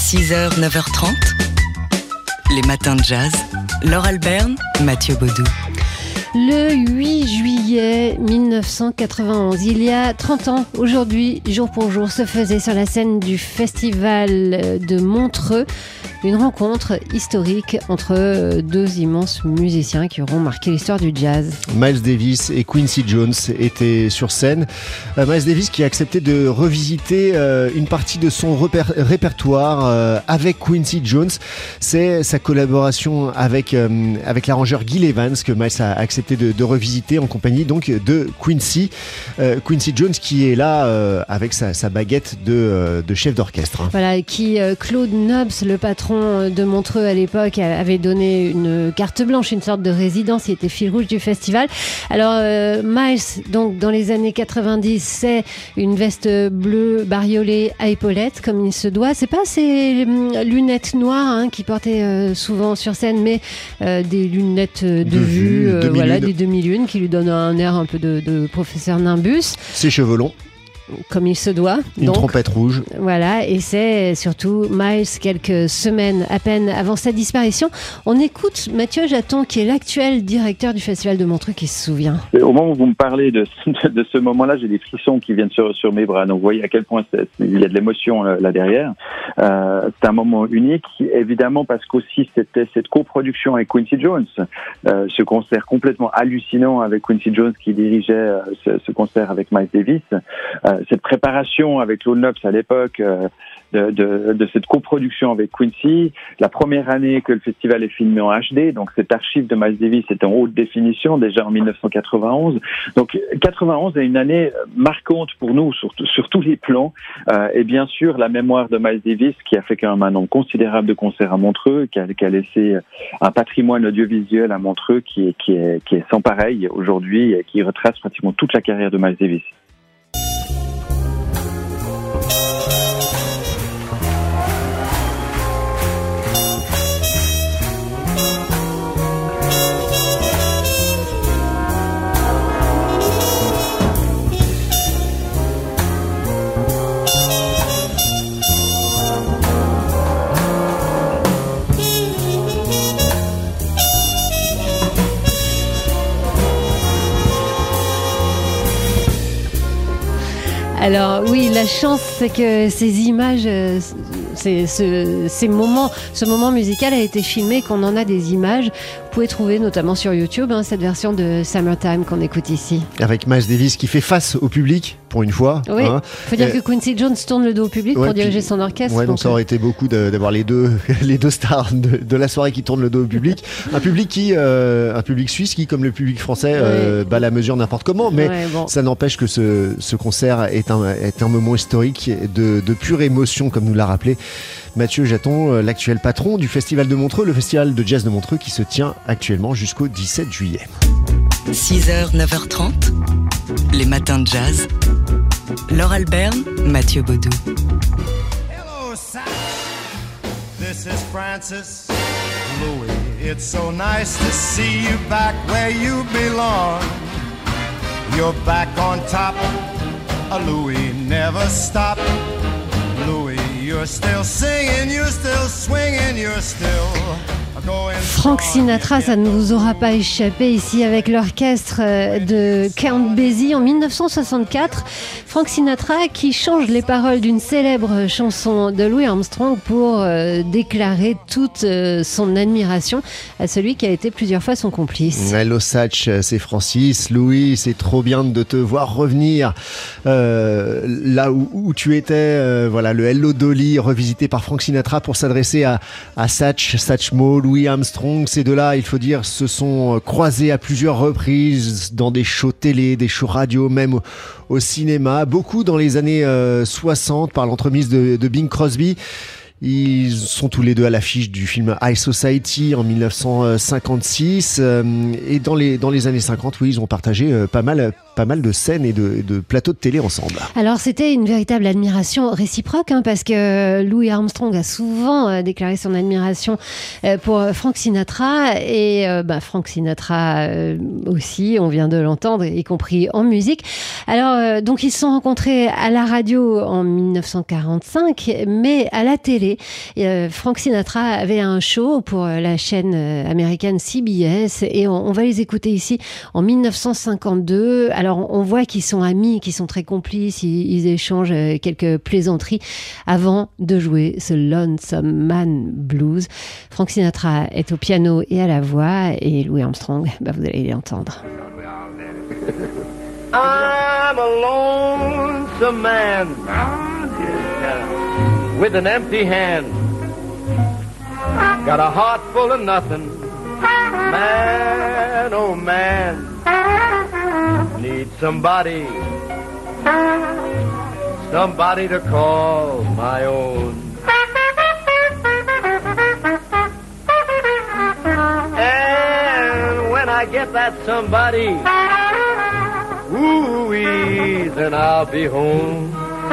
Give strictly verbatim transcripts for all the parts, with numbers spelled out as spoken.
six heures, neuf heures trente, les matins de jazz. Laure Alberne, Mathieu Baudou. Le huit juillet mille neuf cent quatre-vingt-onze, il y a trente ans, aujourd'hui, jour pour jour, se faisait sur la scène du festival de Montreux une rencontre historique entre deux immenses musiciens qui auront marqué l'histoire du jazz. Miles Davis et Quincy Jones étaient sur scène. Euh, Miles Davis qui a accepté de revisiter euh, une partie de son repère, répertoire euh, avec Quincy Jones. C'est sa collaboration avec, euh, avec l'arrangeur Gil Evans que Miles a accepté de, de revisiter en compagnie donc de Quincy. Euh, Quincy Jones qui est là euh, avec sa, sa baguette de, euh, de chef d'orchestre. Hein. Voilà, qui euh, Claude Nobs, le patron de Montreux à l'époque, avait donné une carte blanche, une sorte de résidence. Il était fil rouge du festival. Alors euh, Miles, donc dans les années quatre-vingt-dix, c'est une veste bleue bariolée à épaulettes comme il se doit. C'est pas ces lunettes noires hein, qu'il portait euh, souvent sur scène, mais euh, des lunettes de, de vue, euh, voilà, des demi-lunes qui lui donnent un air un peu de, de professeur Nimbus. Ses cheveux longs. Comme il se doit. Une donc, trompette rouge. Voilà, et c'est surtout Miles, quelques semaines à peine avant sa disparition. On écoute Mathieu Jaton, qui est l'actuel directeur du Festival de Montreux, qui se souvient. Au moment où vous me parlez de, de ce moment-là, j'ai des frissons qui viennent sur, sur mes bras. Donc vous voyez à quel point c'est, il y a de l'émotion là derrière. Euh, c'est un moment unique, évidemment, parce qu'aussi c'était cette coproduction avec Quincy Jones. Euh, ce concert complètement hallucinant avec Quincy Jones qui dirigeait euh, ce, ce concert avec Miles Davis. Euh, cette préparation avec Claude Nobs à l'époque euh, de, de, de cette coproduction avec Quincy, la première année que le festival est filmé en H D, donc cette archive de Miles Davis est en haute définition déjà en dix-neuf cent quatre-vingt-onze. Donc quatre-vingt-onze est une année marquante pour nous sur, sur tous les plans euh, et bien sûr la mémoire de Miles Davis qui a fait quand même un nombre considérable de concerts à Montreux, qui a, qui a laissé un patrimoine audiovisuel à Montreux qui est, qui est, qui est sans pareil aujourd'hui et qui retrace pratiquement toute la carrière de Miles Davis. Alors oui, la chance, c'est que ces images, c'est, ce, ces moments, ce moment musical a été filmé, qu'on en a des images. Vous pouvez trouver notamment sur YouTube hein, cette version de Summertime qu'on écoute ici. Avec Miles Davis qui fait face au public pour une fois. Oui, il hein. faut dire euh, que Quincy Jones tourne le dos au public ouais, pour diriger puis, son orchestre. Ouais, donc, donc ça aurait été beaucoup de, d'avoir les deux, les deux stars de, de la soirée qui tournent le dos au public. Un public qui, euh, un public suisse qui, comme le public français, ouais. euh, bat la mesure n'importe comment. Mais ouais, bon. ça n'empêche que ce, ce concert est un, est un moment historique de, de pure émotion, comme nous l'a rappelé Mathieu Jaton, l'actuel patron du Festival de Montreux, le Festival de Jazz de Montreux qui se tient actuellement jusqu'au dix-sept juillet. six heures, neuf heures trente, les matins de jazz. Laure Alberne, Mathieu Baudou. Hello, South. This is Francis Louis. It's so nice to see you back where you belong. You're back on top. Louis, never stop. Louis, you're still singing, you're still swinging, you're still going. Frank Sinatra, ça ne vous aura pas échappé ici avec l'orchestre de Count Basie en dix-neuf cent soixante-quatre. Frank Sinatra qui change les paroles d'une célèbre chanson de Louis Armstrong pour euh, déclarer toute euh, son admiration à celui qui a été plusieurs fois son complice. Hello Satch, c'est Francis. Louis, c'est trop bien de te voir revenir euh, là où, où tu étais. Euh, voilà, le Hello Dolly revisité par Frank Sinatra pour s'adresser à, à Satch, Satch Moe, Louis Armstrong. Ces deux-là, il faut dire, se sont croisés à plusieurs reprises dans des shows télé, des shows radio, même au, au cinéma. Beaucoup dans les années euh, soixante par l'entremise de, de Bing Crosby. Ils sont tous les deux à l'affiche du film High Society en dix-neuf cent cinquante-six euh, et dans les, dans les années cinquante, oui, ils ont partagé euh, pas mal, pas mal de scènes et de, de plateaux de télé ensemble. Alors c'était une véritable admiration réciproque hein, parce que Louis Armstrong a souvent euh, déclaré son admiration euh, pour Frank Sinatra et euh, bah, Frank Sinatra euh, aussi, on vient de l'entendre, y compris en musique. Alors euh, donc ils se sont rencontrés à la radio en dix-neuf cent quarante-cinq, mais à la télé télé. Et, euh, Frank Sinatra avait un show pour la chaîne américaine C B S et on, on va les écouter ici en mille neuf cent cinquante-deux. Alors on voit qu'ils sont amis, qu'ils sont très complices, ils, ils échangent quelques plaisanteries avant de jouer ce Lonesome Man Blues. Frank Sinatra est au piano et à la voix et Louis Armstrong, bah vous allez l'entendre. I'm a lonesome man with an empty hand. Got a heart full of nothing. Man, oh man, need somebody, somebody to call my own. And when I get that somebody, ooh-wee, then I'll be home.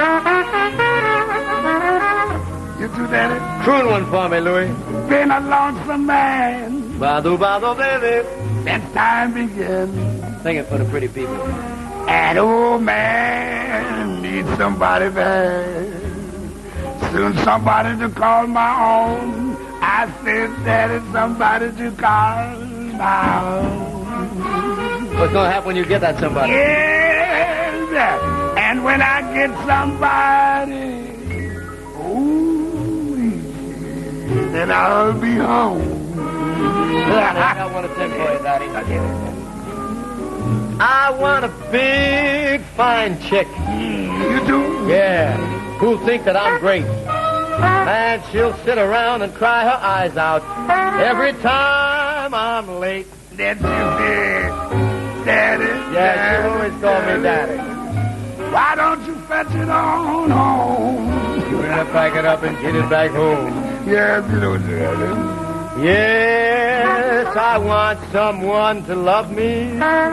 You do that? Croon one for me, Louis. Been a lonesome man. Bado, bado, baby. That time began. Sing it for the pretty people. An old man needs somebody bad. Soon somebody to call my own. I said, Daddy, somebody to call my own. What's gonna happen when you get that somebody? Yes, and when I get somebody, ooh, then I'll be home. I got one to sing for you, Daddy. I want a big, fine chick. You do? Yeah, who'll think that I'm great. Man, she'll sit around and cry her eyes out every time I'm late. That's you, Daddy. Daddy. Yeah, Daddy, she'll always call me Daddy. Why don't you fetch it on home? We're gonna pack it up and get it back home. Yes, little Daddy. Yes, I want someone to love me.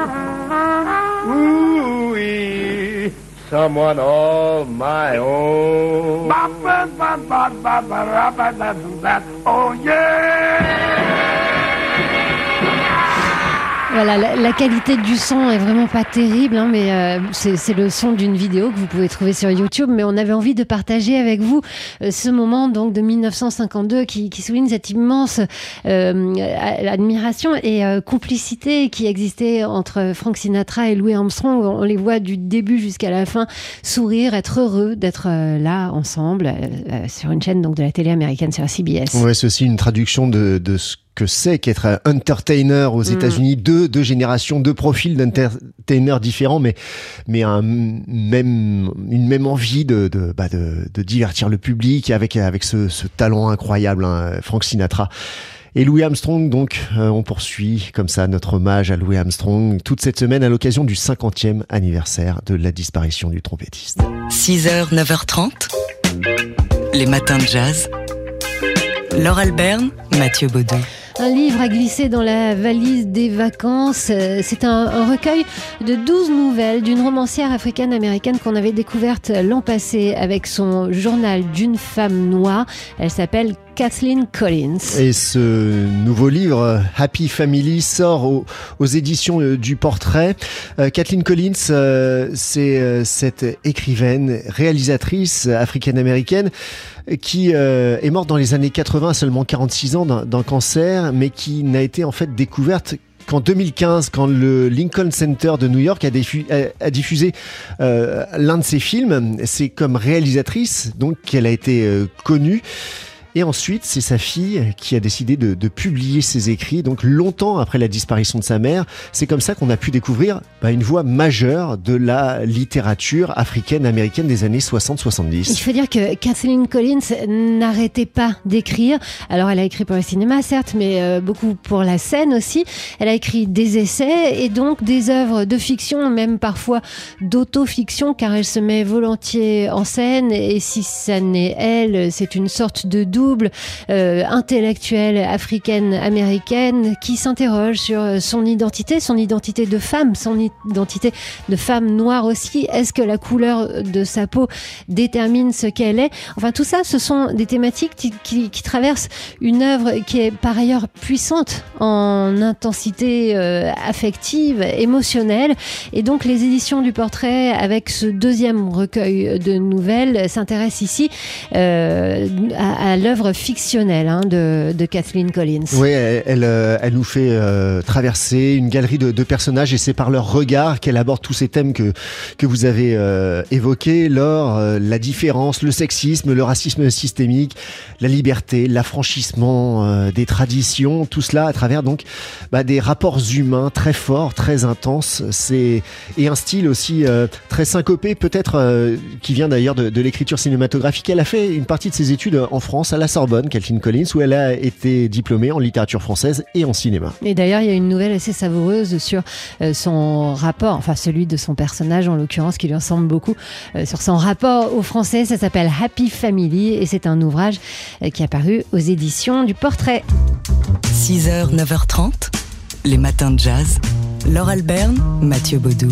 Ooh-wee, someone all my own. Oh yeah! Voilà, la, la qualité du son est vraiment pas terrible, hein, mais euh, c'est, c'est le son d'une vidéo que vous pouvez trouver sur YouTube. Mais on avait envie de partager avec vous euh, ce moment donc de mille neuf cent cinquante-deux qui, qui souligne cette immense euh, admiration et euh, complicité qui existait entre Frank Sinatra et Louis Armstrong. On les voit du début jusqu'à la fin sourire, être heureux d'être euh, là ensemble euh, sur une chaîne donc de la télé américaine sur la C B S. Ouais, c'est aussi une traduction de, de ce que c'est qu'être entertainer aux mmh. États-Unis. Deux, deux générations, deux profils d'entertainers différents, mais, mais un même, une même envie de, de, bah de, de divertir le public avec, avec ce, ce talent incroyable, hein, Frank Sinatra. Et Louis Armstrong, donc, euh, on poursuit comme ça notre hommage à Louis Armstrong toute cette semaine à l'occasion du cinquantième anniversaire de la disparition du trompettiste. six heures, neuf heures trente, les matins de jazz. Laure Alberne, Mathieu Baudou. Un livre à glisser dans la valise des vacances. C'est un, un recueil de douze nouvelles d'une romancière africaine-américaine qu'on avait découverte l'an passé avec son journal d'une femme noire. Elle s'appelle Kathleen Collins. Et ce nouveau livre, Happy Family, sort aux, aux éditions du Portrait. Euh, Kathleen Collins, euh, c'est euh, cette écrivaine, réalisatrice africaine-américaine qui euh, est morte dans les années quatre-vingts, à seulement quarante-six ans, d'un, d'un cancer, mais qui n'a été en fait découverte qu'en deux mille quinze, quand le Lincoln Center de New York a, diffu- a diffusé euh, l'un de ses films. C'est comme réalisatrice donc qu'elle a été euh, connue. Et ensuite, c'est sa fille qui a décidé de, de publier ses écrits, donc longtemps après la disparition de sa mère. C'est comme ça qu'on a pu découvrir bah, une voix majeure de la littérature africaine-américaine des années soixante soixante-dix. Il faut dire que Kathleen Collins n'arrêtait pas d'écrire. Alors, elle a écrit pour le cinéma, certes, mais euh, beaucoup pour la scène aussi. Elle a écrit des essais et donc des œuvres de fiction, même parfois d'auto-fiction, car elle se met volontiers en scène. Et si ça n'est elle, c'est une sorte de double double, euh, intellectuelle africaine-américaine qui s'interroge sur son identité, son identité de femme, son identité de femme noire aussi. Est-ce que la couleur de sa peau détermine ce qu'elle est? Enfin, tout ça, ce sont des thématiques qui, qui, qui traversent une œuvre qui est par ailleurs puissante en intensité euh, affective, émotionnelle. Et donc, les éditions du Portrait, avec ce deuxième recueil de nouvelles, s'intéressent ici euh, à, à l'œuvre fictionnelle hein, de, de Kathleen Collins. Oui, elle, elle, elle nous fait euh, traverser une galerie de, de personnages et c'est par leur regard qu'elle aborde tous ces thèmes que, que vous avez euh, évoqués, Laure, euh, la différence, le sexisme, le racisme systémique, la liberté, l'affranchissement euh, des traditions, tout cela à travers donc bah, des rapports humains très forts, très intenses, c'est et un style aussi euh, très syncopé, peut-être euh, qui vient d'ailleurs de, de l'écriture cinématographique. Elle a fait une partie de ses études en France à la Sorbonne, Kathleen Collins, où elle a été diplômée en littérature française et en cinéma. Et d'ailleurs, il y a une nouvelle assez savoureuse sur euh, son rapport, enfin celui de son personnage en l'occurrence, qui lui ressemble beaucoup, euh, sur son rapport au français. Ça s'appelle Happy Family et c'est un ouvrage euh, qui est apparu aux éditions du Portrait. six heures, neuf heures trente, les matins de jazz. Laure Alberne, Mathieu Baudou.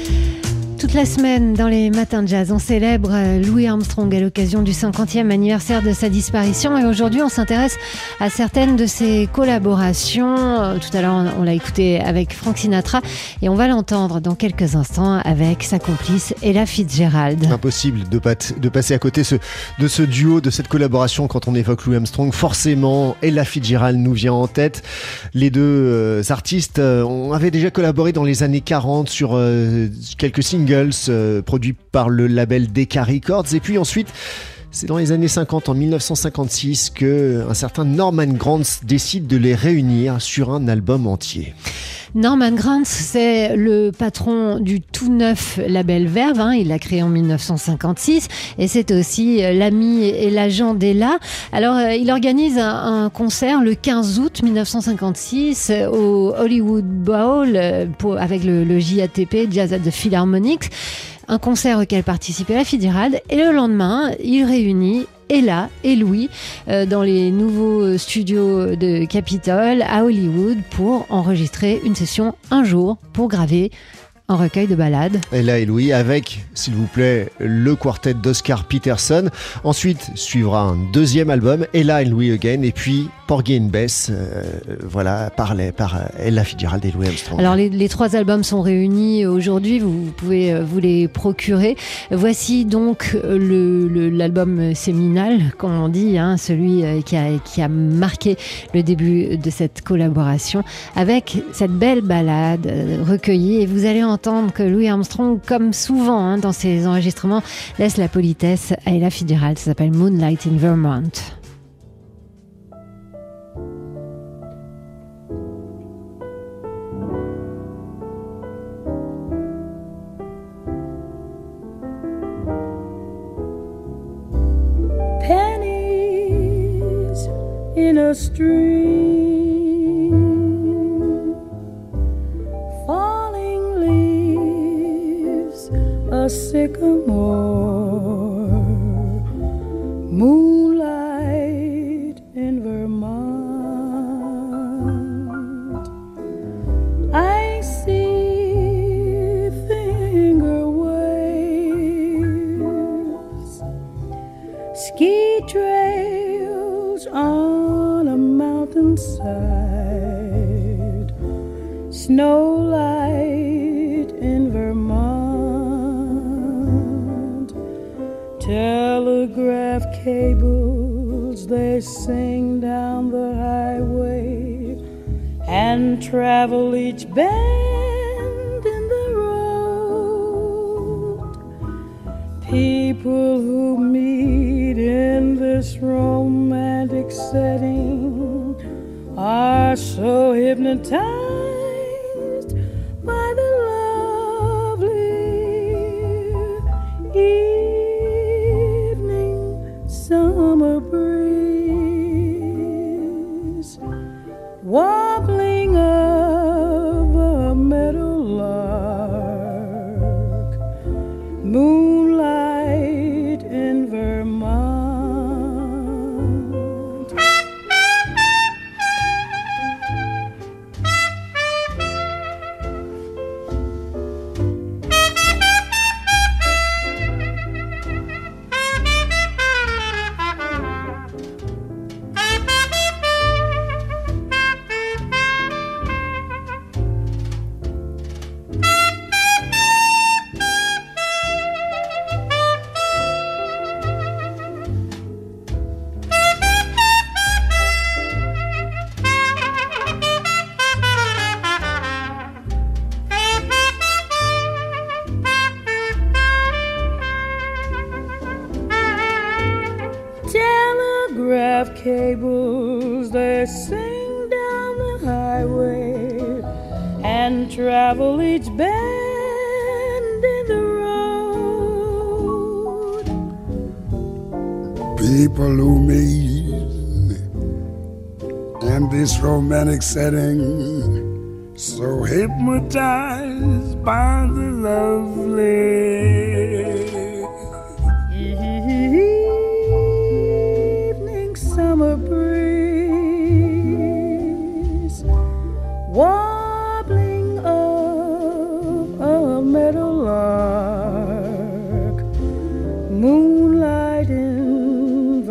Toute la semaine, dans les matins de jazz, on célèbre Louis Armstrong à l'occasion du cinquantième anniversaire de sa disparition. Et aujourd'hui, on s'intéresse à certaines de ses collaborations. Tout à l'heure, on l'a écouté avec Frank Sinatra. Et on va l'entendre dans quelques instants avec sa complice Ella Fitzgerald. Impossible de, pat- de passer à côté ce, de ce duo, de cette collaboration quand on évoque Louis Armstrong. Forcément, Ella Fitzgerald nous vient en tête. Les deux euh, artistes euh, ont, avaient déjà collaboré dans les années quarante sur euh, quelques singles Euh, produit par le label Decca Records. Et puis ensuite, c'est dans les années cinquante, en dix-neuf cent cinquante-six, qu'un certain Norman Granz décide de les réunir sur un album entier. Norman Granz, c'est le patron du tout neuf label Verve, hein, il l'a créé en dix-neuf cent cinquante-six et c'est aussi l'ami et l'agent d'Ella. Alors euh, il organise un, un concert le quinze août dix-neuf cent cinquante-six au Hollywood Bowl euh, pour, avec le, le J A T P, Jazz at the Philharmonic, un concert auquel participait la Fitzgerald et le lendemain il réunit Ella et Louis euh, dans les nouveaux studios de Capitol à Hollywood pour enregistrer une session un jour pour graver un recueil de ballades. Ella et Louis avec, s'il vous plaît, le quartet d'Oscar Peterson. Ensuite suivra un deuxième album, Ella and Louis Again, et puis Porgy and Bess, euh, voilà, par, les, par Ella Fitzgerald et Louis Armstrong. Alors les, les trois albums sont réunis aujourd'hui, vous, vous pouvez euh, vous les procurer. Voici donc le, le, l'album séminal, comme on dit, hein, celui euh, qui, a, qui a marqué le début de cette collaboration, avec cette belle ballade euh, recueillie. Et vous allez entendre que Louis Armstrong, comme souvent hein, dans ses enregistrements, laisse la politesse à Ella Fitzgerald. Ça s'appelle Moonlight in Vermont. Pennies in a stream, falling leaves, a sycamore, moonlight in Vermont. I see finger waves, ski trails on a mountainside, snowlight in Vermont. Telegraph cables, they sing down the highway and travel each bend in the road. People who meet in this romantic setting are so hypnotized by the lovely evening summer breeze, wobbling of a meadowlark, moonlight in Vermont. telegraph cables, they sing down the highway and travel each bend in the road. People who meet in this romantic setting, so hypnotized by the lovely evening summer breeze, warbling of a meadowlark, moonlight in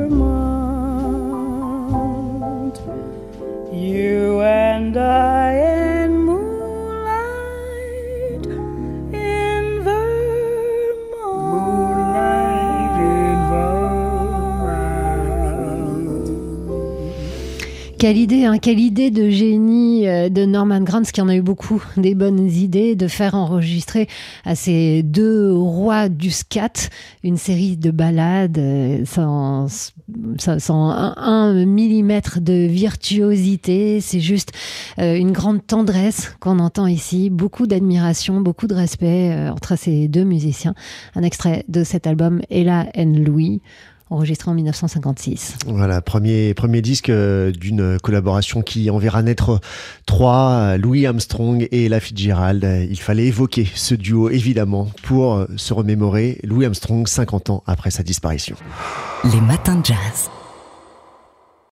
Vermont, you and I and moonlight in Vermont. moonlight in Vermont. Quelle idée, hein, quelle idée de génie euh, de Norman Granz, qui en a eu beaucoup, des bonnes idées, de faire enregistrer à ces deux rois du scat une série de ballades euh, sans, sans, sans un, un millimètre de virtuosité. C'est juste euh, une grande tendresse qu'on entend ici, beaucoup d'admiration, beaucoup de respect euh, entre ces deux musiciens. Un extrait de cet album, Ella and Louis, enregistré en dix-neuf cent cinquante-six. Voilà, premier, premier disque euh, d'une collaboration qui en verra naître trois, Louis Armstrong et Ella Fitzgerald. Il fallait évoquer ce duo, évidemment, pour se remémorer Louis Armstrong cinquante ans après sa disparition. Les matins de jazz.